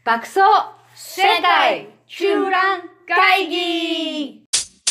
爆走世界中覧会議。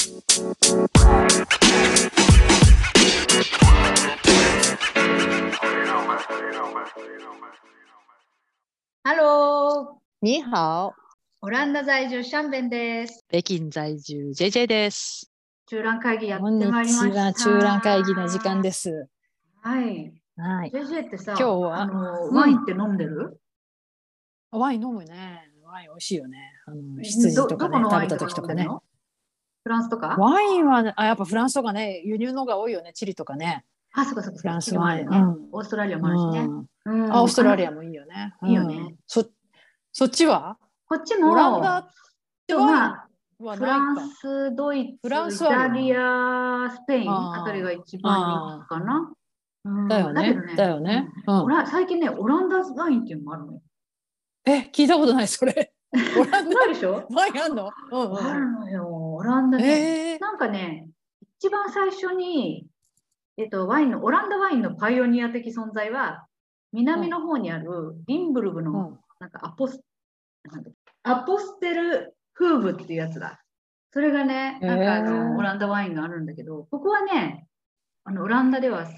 ハロー。 你好。 オランダ在住シャンベンです。 北京在住 JJ です。 中覧会議やってまいりました。 こんにちは。中覧会議の時間です。 はい。 はい。 JJ ってさ、 今日はワインって飲んでる？ ワイン飲むね。ワイン美味しいよね。羊とかね、食べた時とかね。 フランスとか？ ワインは、ね、やっぱフランスとかね、輸入のが多いよね。チリとかね。 あ、そうか。 フランスワイン。 オーストラリアもあるしね。 オーストラリアもいいよね。 いいよね。 そっちは？ こっちもオランダってワインはないか。 フランス、ドイツ、イタリア、スペインあたりが一番人気かな。 だよね。だよね。 最近ね、オランダワインっていうのもあるのよ。 聞いたことないそれ。オランダでしょ？ ワインあんの？ あるのよ。オランダね。なんかね、一番最初に、オランダワインのパイオニア的存在は、南の方にあるリンブルグの、なんかアポステルフーブっていうやつだ。それがね、なんかオランダワインがあるんだけど、ここはね、オランダでは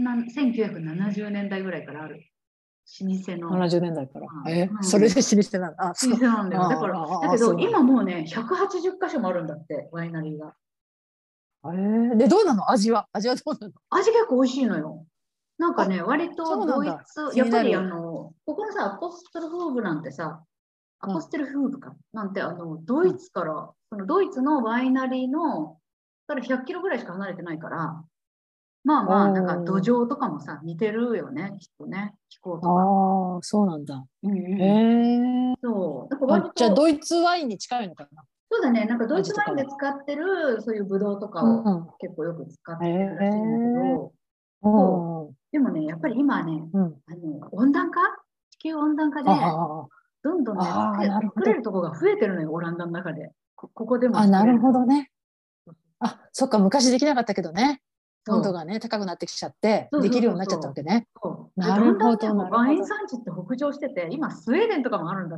1970年代ぐらいからある老舗の。 70年代から。それで老舗なんだ。 老舗なんだよ。だけど今もうね、180カ所もあるんだって、ワイナリーが。 で、どうなの？味はどうなの？ 味結構美味しいのよ。なんかね、割とドイツ、やっぱりここのさ、アポステルフーブなんてさ、アポステルフーブかなんてドイツから、そのドイツのワイナリーのから100キロぐらいしか離れてないから、まあまあ、なんか土壌とかもさ、似てるよね、きっとね、気候とか。 ああ、そうなんだ。 そう。だから割とじゃあドイツワインに近いのかな？ そうだね、なんかドイツワインで使ってるそういうブドウとかを結構よく使ってるらしいんだけど、でもね、やっぱり今ね、温暖化地球温暖化で、どんどんね、作れるところが増えてるのよ、オランダの中で。ここでも。 なるほどね。そっか、昔できなかったけどね。温度がね、高くなってきちゃって、できるようになっちゃったわけね。 なるほど。ワイン産地って北上してて、今スウェーデンとかもあるんだって。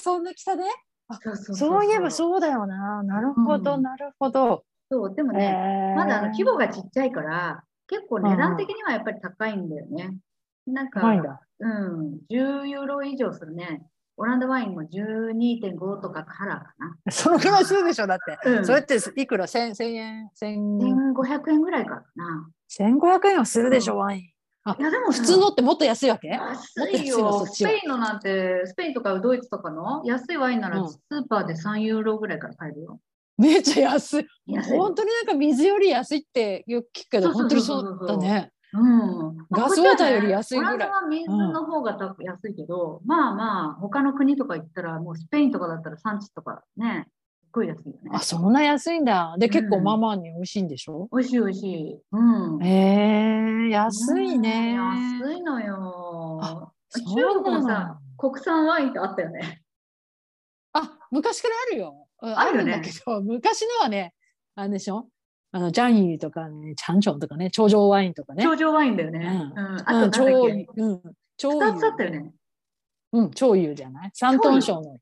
そんな北で？そういえばそうだよな。なるほど、なるほど。 そう、でもね、まだ規模がちっちゃいから、結構値段的にはやっぱり高いんだよね。なんか、10ユーロ以上するね。オランダワインも12.5とかからかな。 そのくらいするでしょ、だって。それっていくら？1000円 1500円ぐらいかな。 1500円はするでしょ、ワイン。いやでも普通のってもっと安いわけ？ 安いよ。スペインのなんて、スペインとかドイツとかの安いワインならスーパーで3ユーロぐらいから買えるよ。 めっちゃ安い。本当になんか水より安いってよく聞くけど、本当にそうだね。ガスウォーターより安いぐらい。 オランダは水の方が安いけど、まあまあ、他の国とか行ったら、もうスペインとかだったら産地とかね、すっごい安いよね。 そんな安いんだ。で、結構まあまあに美味しいんでしょ？ 美味しい美味しい。 安いね。 安いのよ。中国もさ、国産ワインってあったよね。 昔からあるよ。あるんだけど、昔のはね、あれでしょ？ジャンユーとかね、チャンチョンとかね、頂上ワインとかね。 頂上ワインだよね。あと超2つあったよね。 超優じゃない？山東省の。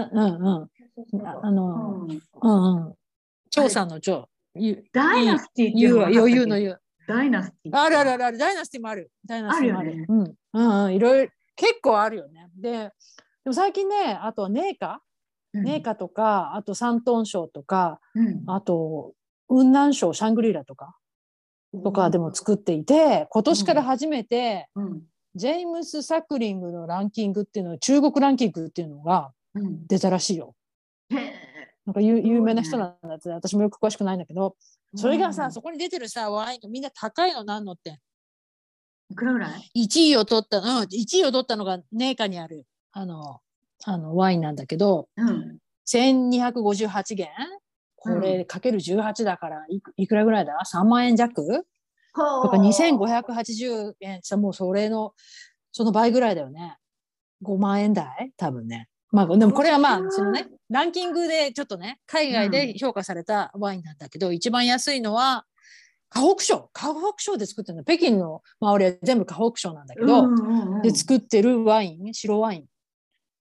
張さんの張。 ダイナスティっていうのは余裕の言う。 ダイナスティ。 ある。ダイナスティもある。 あるよね。 いろいろ、結構あるよね。でも最近ね、あとネーカとか、あと山東省とか、あと雲南省シャングリラとかでも作っていて、今年から初めて、ジェームス・サクリングのランキングっていうの、中国ランキングっていうのが出たらしいよ。なんか有名な人なんだって、私もよく詳しくないんだけど、それがさ、そこに出てるさ、ワインがみんな高いのなんのって。 いくらぐらい？ 1 位を取ったのがネーカにあるワインなんだけど、1258元、これかける18だからいくらぐらいだ？ 3 万円弱とか2580円ってもうその倍ぐらいだよね。5万円台多分ね。でもこれはそのね、ランキングでちょっとね、海外で評価されたワインなんだけど、一番安いのは河北省で作ってるの。北京の周りは全部河北省なんだけど、で作ってるワイン、白ワイン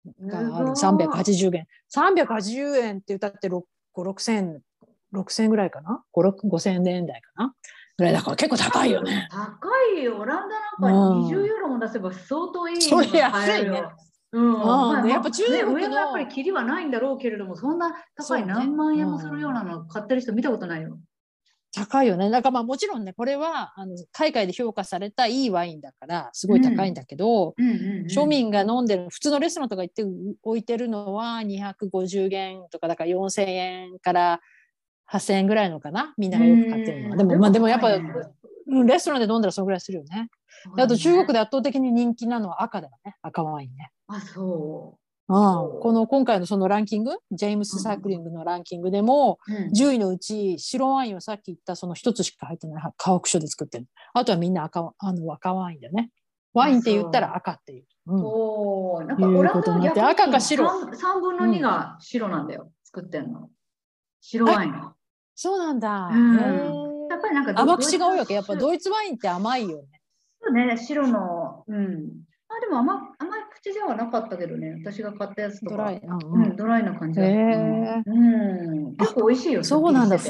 がある。380円。380円って言ったって6000円ぐらいかな。5000円台かな。ぐらいだから結構高いよね。 高いよ。オランダなんか20ユーロも出せば相当いいのが買えるよ。やっぱ中国の、上のやっぱりキリはないんだろうけれども、そんな高い何万円もするようなの買ってる人見たことないよ。 高いよね。だからもちろんね、これは海外で評価されたいいワインだからすごい高いんだけど、庶民が飲んでる普通のレストランとか行って置いてるのは250元とかだから4000円から8000円ぐらいのかな、みんながよく買ってるのは。でもやっぱレストランで飲んだらそのぐらいするよね。あと中国で圧倒的に人気なのは赤だよね。赤ワインね。 そう。 今回のそのランキング、ジェームス・サークリングのランキングでも、10位のうち白ワインはさっき言ったその一つしか入ってない河北省で作ってる。あとはみんな赤ワインだよね。ワインって言ったら赤っていう。 なんかオランダは逆に赤か白。 3分の2が白なんだよ、作ってるの。白ワイン。 そうなんだ。 やっぱりなんか甘口が多いわけ。やっぱドイツワインって甘いよね。 そうね、白の。でも甘い口ではなかったけどね、私が買ったやつとか。ドライな感じだった。結構美味しいよ。 そうなんだ。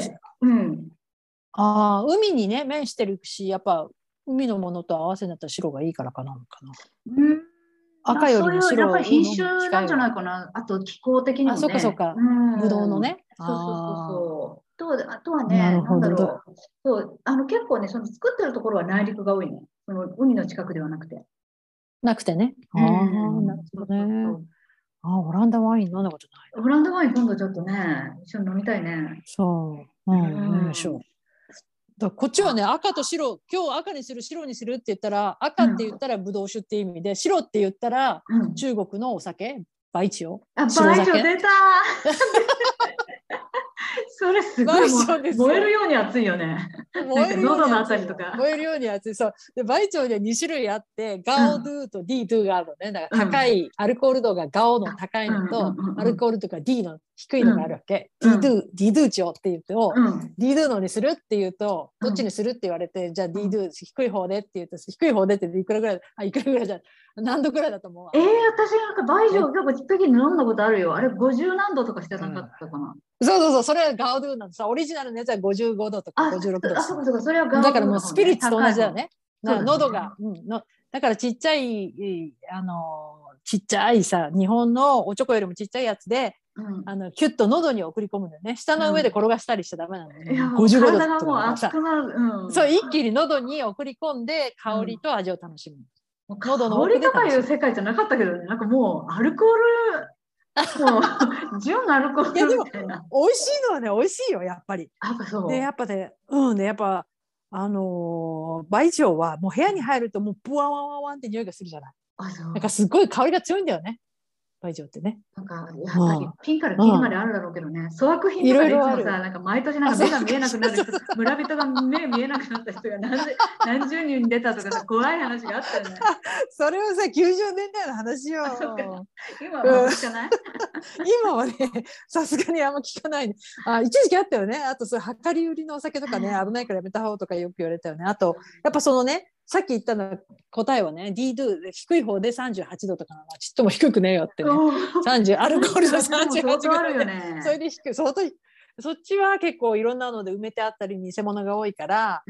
海にね、面してるし、やっぱ海のものと合わせになったら白がいいからかなのかな。赤よりも白やっぱり品種なんじゃないかな。あと気候的にもね。 そうか。ぶどうのね。 そう。あとはね、なんだろう。結構ね、その作ってるところは内陸が多いね。その海の近くではなくて。 なるほどね。オランダワイン飲んだことない。 オランダワイン今度ちょっとね、一緒に飲みたいね。 そう。飲みましょう。こっちはね、赤と白、今日赤にする白にするって言ったら、赤って言ったらブドウ酒って意味で、白って言ったら中国のお酒、バイチョウ。 バイチョウ出たそれすごい燃えるように熱いよね。喉のあたりとか。 燃えるように熱い。そう。で、バイチョウには2種類あって、ガオドゥとディドゥがあるのね。だから高い、アルコール度がガオの高いのと、アルコールとか D の低いのがあるわけ。ディドゥチョウって言うと、ディドゥのにするって言うと、どっちにするって言われて、じゃあディドゥ低い方でって言うと、低い方でっていくらぐらい、いくらぐらいじゃ何度ぐらいだと思う。 私なんかバイチョウ結構北京で飲んだことあるよ。あれ50何度とかしてなかったかな。 そう、それはガオドゥなんです。オリジナルのやつは55度とか56度。 そう、それはガオドゥ。 だからもうスピリッツと同じだよね。喉が、だからちっちゃいさ、日本のおちょこよりもちっちゃいやつで、キュッと喉に送り込むんだよね。舌の上で転がしたりしちゃダメなのね。55度とかさ。そう、一気に喉に送り込んで香りと味を楽しむ。 喉の香りとかいう世界じゃなかったけどね。なんかもうアルコール。もう純アルコールみたいな。 美味しいのはね、美味しいよ、やっぱり。で、やっぱね、やっぱバイチョウはもう部屋に入るともうブワワワワンって匂いがするじゃない。なんかすごい香りが強いんだよね。バイチョウってね。 なんかやっぱりピンからキリまであるだろうけどね。粗悪品とかでいつもさ、なんか毎年なんか目が見えなくなる人、村人が目見えなくなった人が何十人出たとかさ、怖い話があったよね。 それはさ、90年代の話よ。 今は聞かない？ 今はね、さすがにあんま聞かないね。一時期あったよね。あとそう量り売りのお酒とかね、危ないからやめた方とかよく言われたよね。あとやっぱそのね、さっき言ったの答えはね、D ドゥ低い方で38度とかちっとも低くねえよってね。アルコールの38度あるよね。それで低い、相当そっちは結構いろんなので埋めてあったり偽物が多いから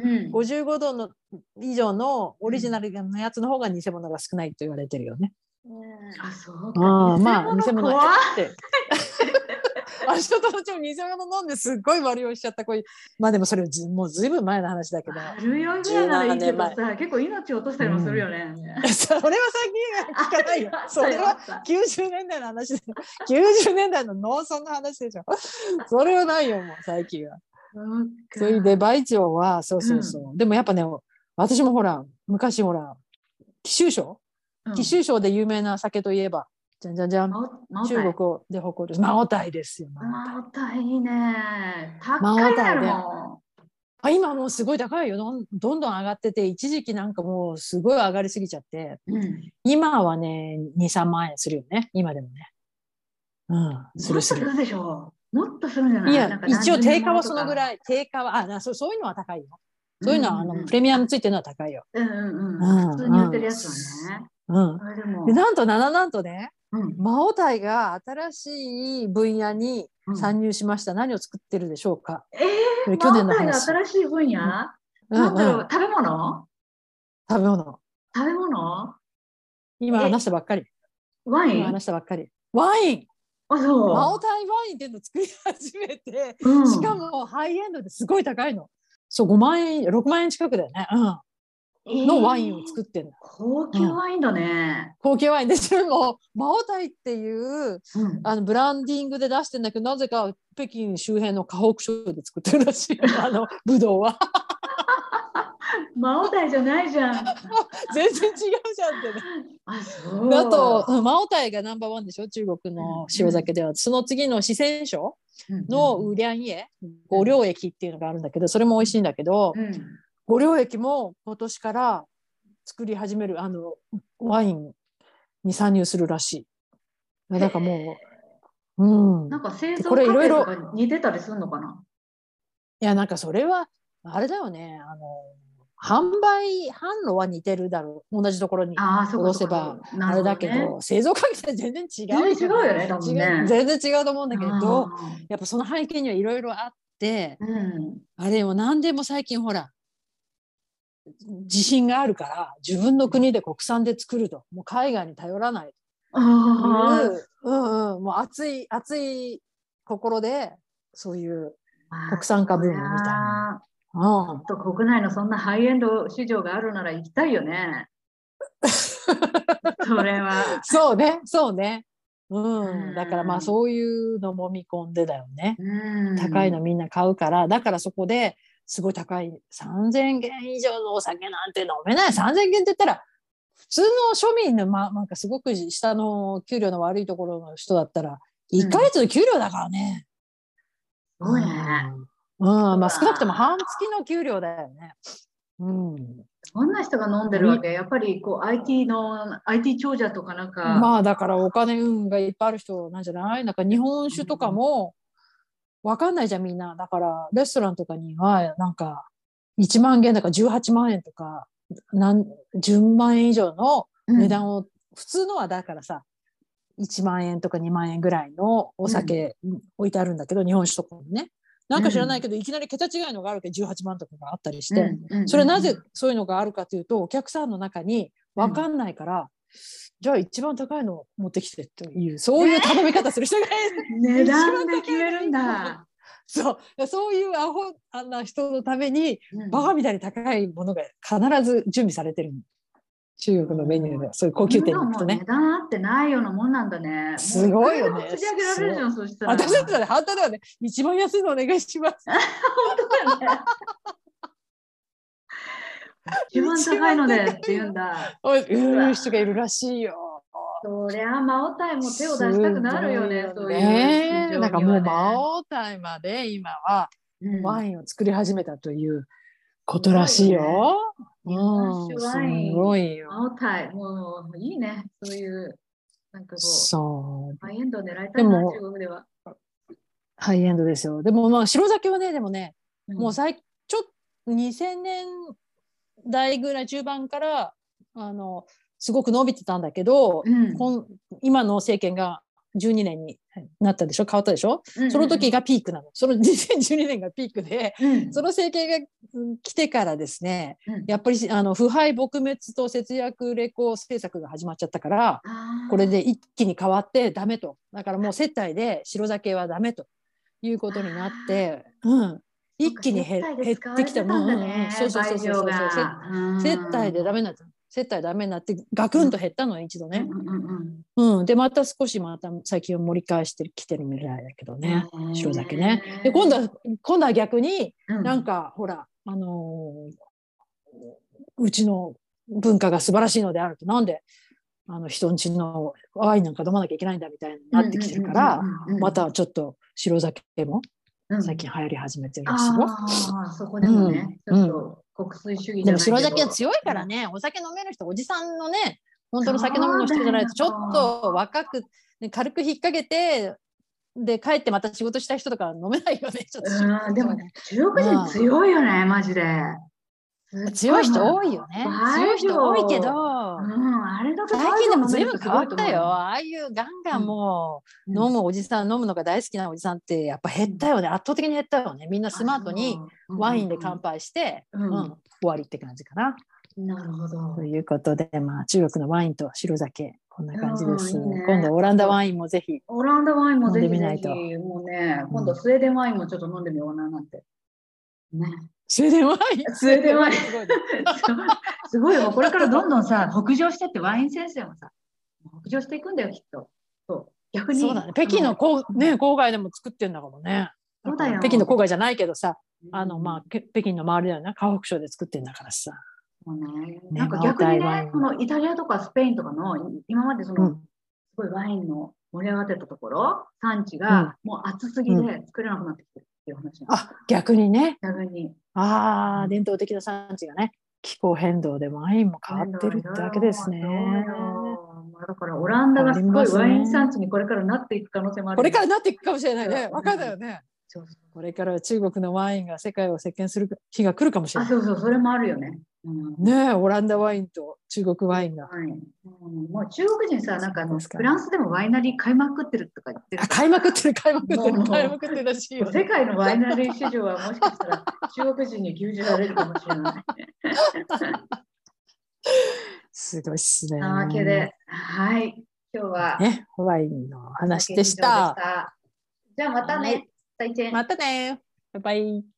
、55度の以上のオリジナルのやつの方が偽物が少ないと言われてるよね。 そうか。 まあ偽物って。人と偽物飲んですっごい悪酔いしちゃった子。まあでもそれもうずいぶん前の話だけど。 悪酔いぐらいならいいけどさ、結構命を落としたりもするよね。 それは最近聞かないよ。それは90年代の話で。90年代の農村の話でしょ。それはないよ、もう最近は。それでバイチョウは、そう。でもやっぱね、私もほら、昔ほら、貴州省で有名な酒といえば、じゃん。中国で誇るマオタイですよ。 マオタイいいね。高いね。 今もうすごい高いよ。どんどん上がってて、一時期なんかもうすごい上がりすぎちゃって、今はね、2、3万円するよね。今でもね。 するでしょ。もっとするんじゃない？ いや、一応定価はそのぐらい。定価は、そういうのは高いよ。そういうのはプレミアムついてるのは高いよ。 普通に売ってるやつはね。 でなんとね、 マオタイが新しい分野に参入しました。何を作ってるでしょうか。 去年の話。マオタイが新しい分野、なんだろう、食べ物。 今話したばっかり。 ワイン。 今話したばっかり。ワイン。 あ、そう。 マオタイワインっていうのを作り始めて、しかもハイエンドですごい高いの。そう、5万円、6万円近くだよね。のワインを作ってるの。 高級ワインだね。 高級ワインで、それもマオタイっていう、ブランディングで出してんだけど、なぜか北京周辺の河北省で作ってるらしいブドウは。 マオタイじゃないじゃん。 全然違うじゃんってね。あとマオタイがナンバーワンでしょ、中国の白酒では。その次の四川省のウリャンイエ、五稜液っていうのがあるんだけど、それも美味しいんだけど、五稜液も今年から作り始めるワインに参入するらしい。なんかもう、 なんか製造過程とか似てたりするのかな。 いや、なんかそれはあれだよね。販売販路は似てるだろう。同じところに卸せばあれだけど、製造関係全然違う。 全然違うよね、多分ね。 全然違うと思うんだけど、やっぱその背景にはいろいろあって、あれも何でも最近ほら、自信があるから自分の国で国産で作ると、もう海外に頼らないという、もう熱い心でそういう国産化ブームみたいな。 と国内のそんなハイエンド市場があるなら行きたいよね。それは。 そうね。だからまあそういうのも見込んでだよね。高いのみんな買うから、だからそこですごい高い3000元以上のお酒なんて飲めない。3000元って言ったら普通の庶民の、なんかすごく下の給料の悪いところの人だったら1ヶ月の給料だからね。 すごいね。 まあ少なくとも半月の給料だよね。 どんな人が飲んでるわけ？やっぱりこう IT 長者とかなんか。 まあだからお金がいっぱいある人なんじゃない？なんか日本酒とかもわかんないじゃんみんな。だからレストランとかにはなんか1万元だから18万円とか10万円以上の値段を、普通のはだからさ1万円とか2万円ぐらいのお酒置いてあるんだけど、日本酒とかもね。なんか知らないけど、いきなり桁違いのがあるけど18万とかがあったりして、それなぜそういうのがあるかというと、お客さんの中に分かんないから、じゃあ一番高いのを持ってきてっていう、そういう頼み方する人が値段で決めるんだ。 そういうあんな人のために、バカみたいに高いものが必ず準備されてる。中国のメニューで、そういう高級店に行くとね。 値段あってないようなもんなんだね。 すごいよね。 持ち上げられるじゃん、そしたら。 私だったら反対だよね。一番安いのお願いします。 本当だよね。一番高いのでって言うんだ。 いう人がいるらしいよ。 そりゃマオタイも手を出したくなるよね。そういう市場にはね。 なんかもうマオタイまで今はワインを作り始めたということらしいよ。 日本酒ワイン、 すごいよ。 マオタイ、もういいね。そういうなんかこうハイエンドを狙いたいな、中国では。 ハイエンドですよ。でもまあ白酒はね、でもね、もうちょっと2000年代ぐらい中盤からすごく伸びてたんだけど、今の政権が12年になったでしょ、変わったでしょ、その時がピークなの。その2012年がピークで、その政権が来てからですね、やっぱり腐敗撲滅と節約レコ政策が始まっちゃったから、これで一気に変わってダメと。だからもう接待で白酒はダメということになって、一気に減ってきた。そう接待でダメになった。接待ダメになってガクンと減ったの、一度ね。でまた少し最近は盛り返してきてるみたいだけどね、白酒ね。で今度は逆になんかほらうちの文化が素晴らしいのであると、なんで人んちのワインなんか飲まなきゃいけないんだみたいになってきてるから、またちょっと白酒も最近流行り始めてるらしいよ。 そこでもね、ちょっと国粋主義じゃないけど。でも白酒は強いからね、お酒飲める人、おじさんのね、本当の酒飲みの人じゃないと、ちょっと若く、軽く引っ掛けて、で帰ってまた仕事した人とか飲めないよね。ちょっとでも中国人強いよね、マジで。 強い人多いよね。強い人多いけど、 あれだけ最近でも随分変わったよ。ああいうガンガンもう飲むおじさん、飲むのが大好きなおじさんってやっぱ減ったよね。圧倒的に減ったよね。みんなスマートにワインで乾杯して、終わりって感じかな。 なるほど。 ということで、まあ、中国のワインと白酒、こんな感じです。今度オランダワインもぜひオランダワインも飲んでみないと。 もうね、今度スウェーデンワインもちょっと飲んでみようななんて。ね。 スウェーデンワインスウェーデンワインすごいよ。これからどんどんさ、北上してってワイン先生もさ、北上していくんだよ、きっと。そう逆に。 そうだね。北京の郊外でも作ってんだかもね。 そうだよ。 北京の郊外じゃないけどさ、まあ、北京の周りだよね。河北省で作ってんだからさ。 なんか逆にね、このイタリアとかスペインとかの今まですごいワインの盛り上がってたところ、産地がもう暑すぎで作れなくなってきてるっていう話。 逆にね。 逆に。 伝統的な産地がね、気候変動でワインも変わってるってわけですね。 だからオランダがすごいワイン産地にこれからなっていく可能性もある。 これからなっていくかもしれないね。分かんないよね。これから中国のワインが世界を席巻する日が来るかもしれない。 そう、それもあるよね。 ねえ、オランダワインと中国ワインが。 もう中国人さ、なんかフランスでもワイナリー買いまくってるとか言ってる。 買いまくってるらしいよ。 世界のワイナリー市場はもしかしたら中国人に牛耳られるかもしれない。 すごいっすね。 なわけで、はい、今日はね、ワインの話でした。 じゃあまたね。 またね。バイバイ。